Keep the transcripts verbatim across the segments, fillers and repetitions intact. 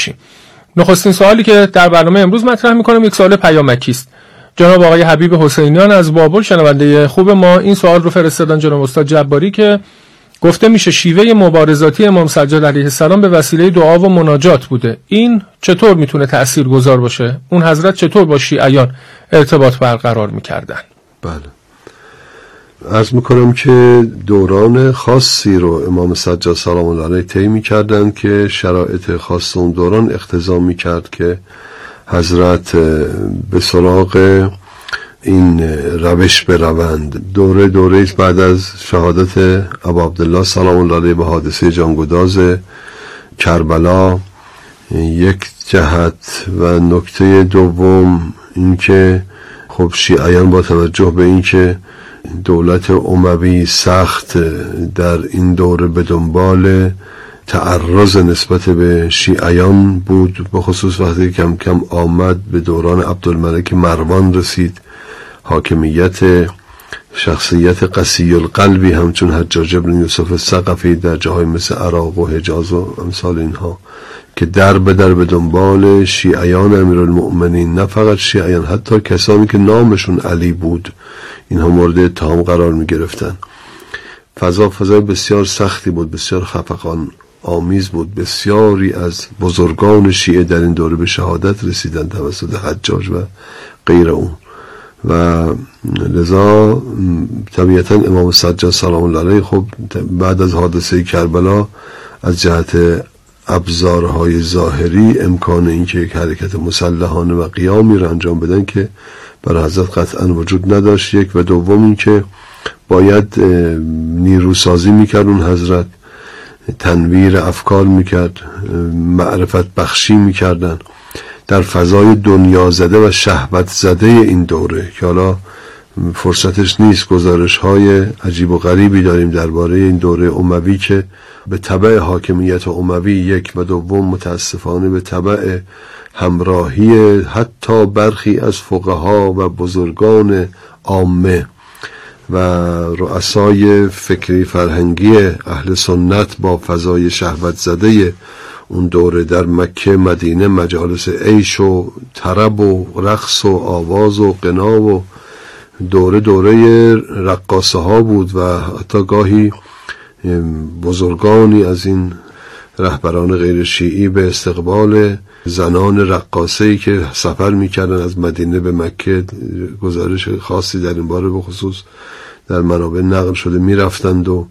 باشیم. نخستین سوالی که در برنامه امروز مطرح می‌کنم یک سوال پیامکی است. جناب آقای حبیب حسینیان از بابل، شنونده خوب ما، این سوال رو فرستادن جناب استاد جباری که گفته میشه شیوه مبارزاتی امام سجاد علیه السلام به وسیله دعا و مناجات بوده. این چطور میتونه تأثیرگذار باشه؟ اون حضرت چطور با شیعیان ارتباط برقرار میکردن؟ بله، عرض میکنم که دوران خاصی رو امام سجاد سلام الله علیه طی میکردن که شرایط خاص اون دوران اقتضا میکرد که حضرت به سراغ این روش بروند. دوره دوره بعد از شهادت ابا عبدالله سلام الله علیه به حادثه جانگداز کربلا یک جهت و نکته دوم این که خب شیعیان با توجه به این که دولت اموی سخت در این دوره به دنبال تعرض نسبت به شیعیان بود، به خصوص وقتی کم کم آمد به دوران عبدالملک مروان رسید، حاکمیت شخصیت قسی القلبی همچون حجاج بن یوسف ثقفی در جاهای مثل عراق و حجاز و امثال اینها که در به در به دنبال شیعیان امیرالمؤمنین، نه فقط شیعیان، حتی کسانی که نامشون علی بود، اینها مورد اتهام قرار می گرفتن. فضا فضای بسیار سختی بود، بسیار خفقان آمیز بود. بسیاری از بزرگان شیعه در این دوره به شهادت رسیدند توسط حجاج و غیر اون، و لذا طبیعتا امام سجاد سلام الله علیه خب بعد از حادثه کربلا از جهت ابزارهای ظاهری امکان این که یک حرکت مسلحانه و قیامی را انجام بدن که برای حضرت قطعا وجود نداشت، یک، و دوم این که باید نیروسازی میکرد اون حضرت، تنویر افکار میکرد، معرفت بخشی میکردن در فضای دنیا زده و شهوت زده این دوره که حالا فرصتش نیست. گزارش های عجیب و غریبی داریم درباره این دوره اموی که به تبع حاکمیت اموی یک، و دوم متاسفانه به تبع همراهی حتی برخی از فقها و بزرگان عامه و رؤسای فکری فرهنگی اهل سنت با فضای شهوت زده اون دوره در مکه مدینه، مجالس عیش و طرب و رقص و آواز و غنا و دوره دوره رقاصه ها بود و حتی گاهی بزرگانی از این رهبران غیر شیعی به استقبال زنان رقاصه‌ای که سفر میکردن از مدینه به مکه، گزارش خاصی در این باره به خصوص در منابع نقل شده، میرفتند و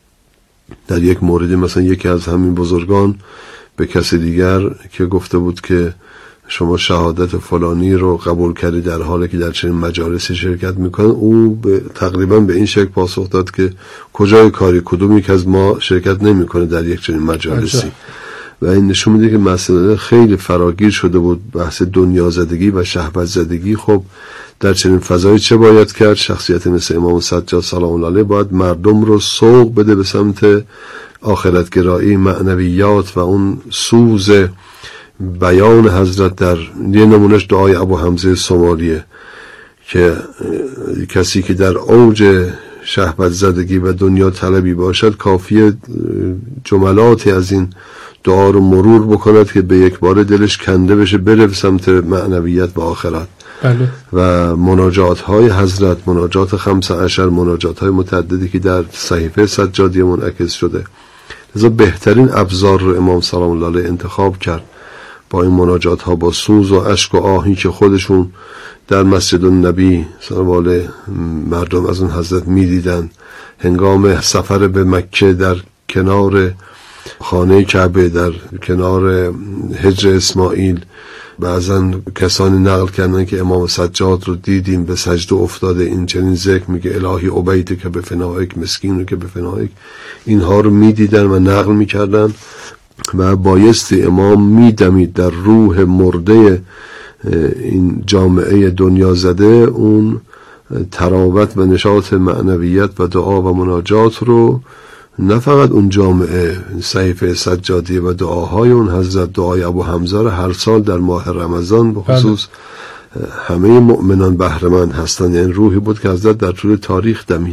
در یک موردی مثلا یکی از همین بزرگان به کسی دیگر که گفته بود که شما شهادت فلانی رو قبول کردی در حالی که در چنین مجالسی شرکت میکنن، او به تقریبا به این شکل پاسخ داد که کجای کاری کدومی که از ما شرکت نمیکنه در یک چنین مجالسی. و این نشون میده که مسئله خیلی فراگیر شده بود، بحث دنیا زدگی و شهوت زدگی. خب در چنین فضایی چه باید کرد؟ شخصیت مثل امام سجاد سلام الله علیه باید مردم رو سوق بده به سمت آخرتگرایی، معنویات و اون سوز بیان حضرت. در یه نمونش دعای ابو حمزه سمالیه که کسی که در اوج شهوت زدگی و دنیا طلبی باشد کافیه جملاتی از این دعا رو مرور بکند که به یک بار دلش کنده بشه، بره به سمت معنویت و آخرت. بله. و مناجات های حضرت، مناجات خمسه عشر، مناجات های متعددی که در صحیفه سجادیه منعکس شده، لذا بهترین ابزار رو امام سلام الله علیه انتخاب کرد با این مناجات ها، با سوز و اشک و آهی که خودشون در مسجد النبی سلام علیه مردم از اون حضرت می دیدن هنگام سفر به مکه، در کنار خانه کعبه، در کنار حجر اسماعیل. بعضا کسانی نقل کردن که امام سجاد رو دیدیم به سجده افتاده، این چنین ذکر میگه الهی عبیده که به فنائک، مسکین رو که به فنائک، اینها رو میدیدن و نقل میکردن و بایستی امام میدمید در روح مرده این جامعه دنیا زده اون تراوت و نشاط معنویت و دعا و مناجات رو، نه فقط اون جامعه، صحیفه سجادیه و دعاهای اون حضرت، دعای ابو حمزه رو هر سال در ماه رمضان به خصوص همه مؤمنان بهره مند هستند. یعنی روحی بود که حضرت در طول تاریخ دمید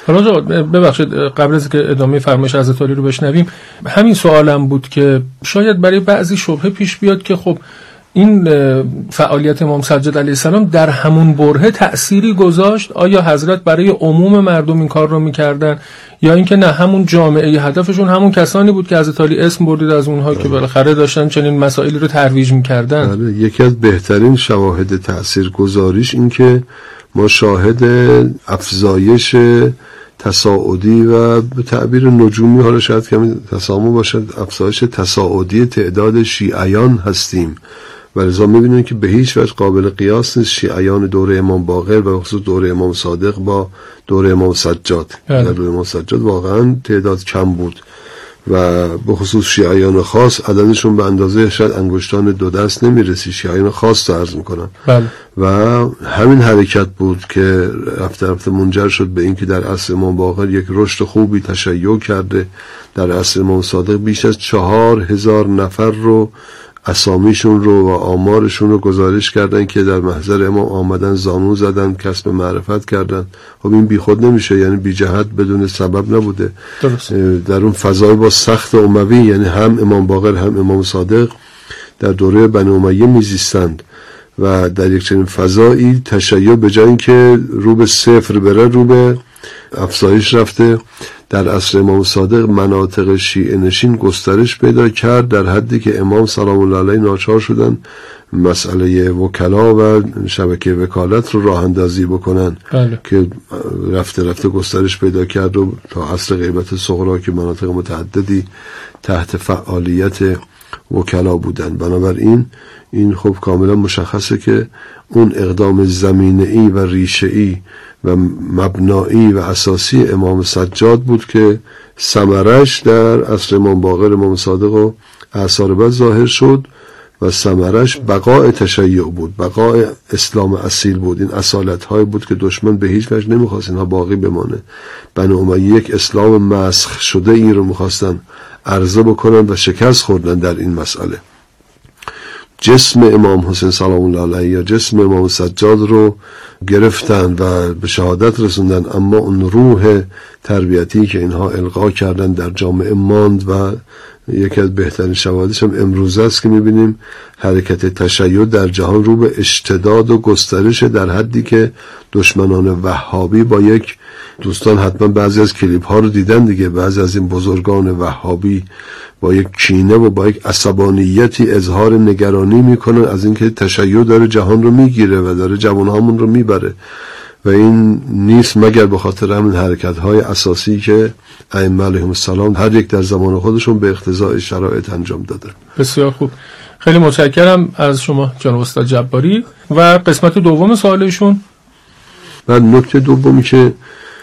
حالا ببخشید قبل از که ادامه فرمایش حضرت عالی رو بشنویم، همین سوالم بود که شاید برای بعضی شبهه پیش بیاد که خب این فعالیت امام سجاد علیه السلام در همون برهه تأثیری گذاشت، آیا حضرت برای عموم مردم این کار رو میکردن یا اینکه نه همون جامعه هدفشون همون کسانی بود که حضرت علی اسم بردید از اونها آه. که بالاخره داشتن چنین مسائلی رو ترویج میکردن؟ آره. یکی از بهترین شواهد تأثیرگذاریش این که ما شاهد افزایش تصاعدی و به تعبیر نجومی، حالا شاید کمی تسامح باشد، افزایش تصاعدی تعداد شیعیان هستیم و لذا می‌بینیم که به هیچ وجه قابل قیاس نیست شیعیان دوره امام باقر و خصوص دوره امام صادق با دوره امام سجاد. در دوره امام سجاد واقعا تعداد کم بود و به خصوص شیعیان خاص عددشون به اندازه شاید انگشتان دو دست نمیرسی. شیعیان خاص رو عرض میکنم. بله. و همین حرکت بود که رفته رفته منجر شد به این که در عصر امام باقر یک رشد خوبی تشیع کرده. در عصر امام صادق بیش از چهار هزار نفر رو اسامیشون رو و آمارشون رو گزارش کردن که در محضر امام آمدن زانو زدن، کسب معرفت کردن. خب این بی خود نمیشه، یعنی بی جهت بدون سبب نبوده. درست. در اون فضای با سخت اموی، یعنی هم امام باقر هم امام صادق در دوره بنی امیه میزیستند و در یک چنین فضایی تشیع به جای اینکه رو به صفر بره رو به افزایش رفته. در عصر امام صادق مناطق شیعه نشین گسترش پیدا کرد در حدی که امام سلام الله علیه ناچار شدن مسئله وکلا و شبکه وکالت رو راه اندازی بکنن. بله. که رفته رفته گسترش پیدا کرد و تا عصر غیبت صغرا که مناطق متعددی تحت فعالیت وکلا بودن. بنابراین این خب کاملا مشخصه که اون اقدام زمینه‌ای و ریشه‌ای و مبنایی و اساسی امام سجاد بود که ثمرش در عصر امام باقر امام صادق و اعصار بعد ظاهر شد و ثمرش بقای تشیع بود، بقای اسلام اصیل بود. این اصالت های بود که دشمن به هیچ وجه نمیخواست اینها باقی بمانه. بنی امیه یک اسلام مسخ شده ای رو میخواستن عرضه بکنن و شکست خوردن در این مسئله. جسم امام حسین سلام الله علیه یا جسم امام سجاد رو گرفتن و به شهادت رسوندن، اما اون روح تربیتی که اینها القا کردن در جامعه ماند و یکی از بهترین شواهدش هم امروز است که میبینیم حرکت تشیع در جهان رو به اشتداد و گسترش در حدی که دشمنان وهابی با یک، دوستان حتما بعضی از کلیپ ها رو دیدن دیگه، بعضی از این بزرگان وهابی با یک کینه و با یک عصبانیتی اظهار نگرانی میکنن از اینکه تشیع داره جهان رو میگیره و داره جوانهامون رو میبره و این نیست مگر به خاطر همین حرکت های اساسی که ائمه علیهم السلام هر یک در زمان خودشون به اقتضاء شرایط انجام داده. بسیار خوب، خیلی متشکرم از شما جناب استاد جباری. و قسمت دوم سوالشون و نکته دومی که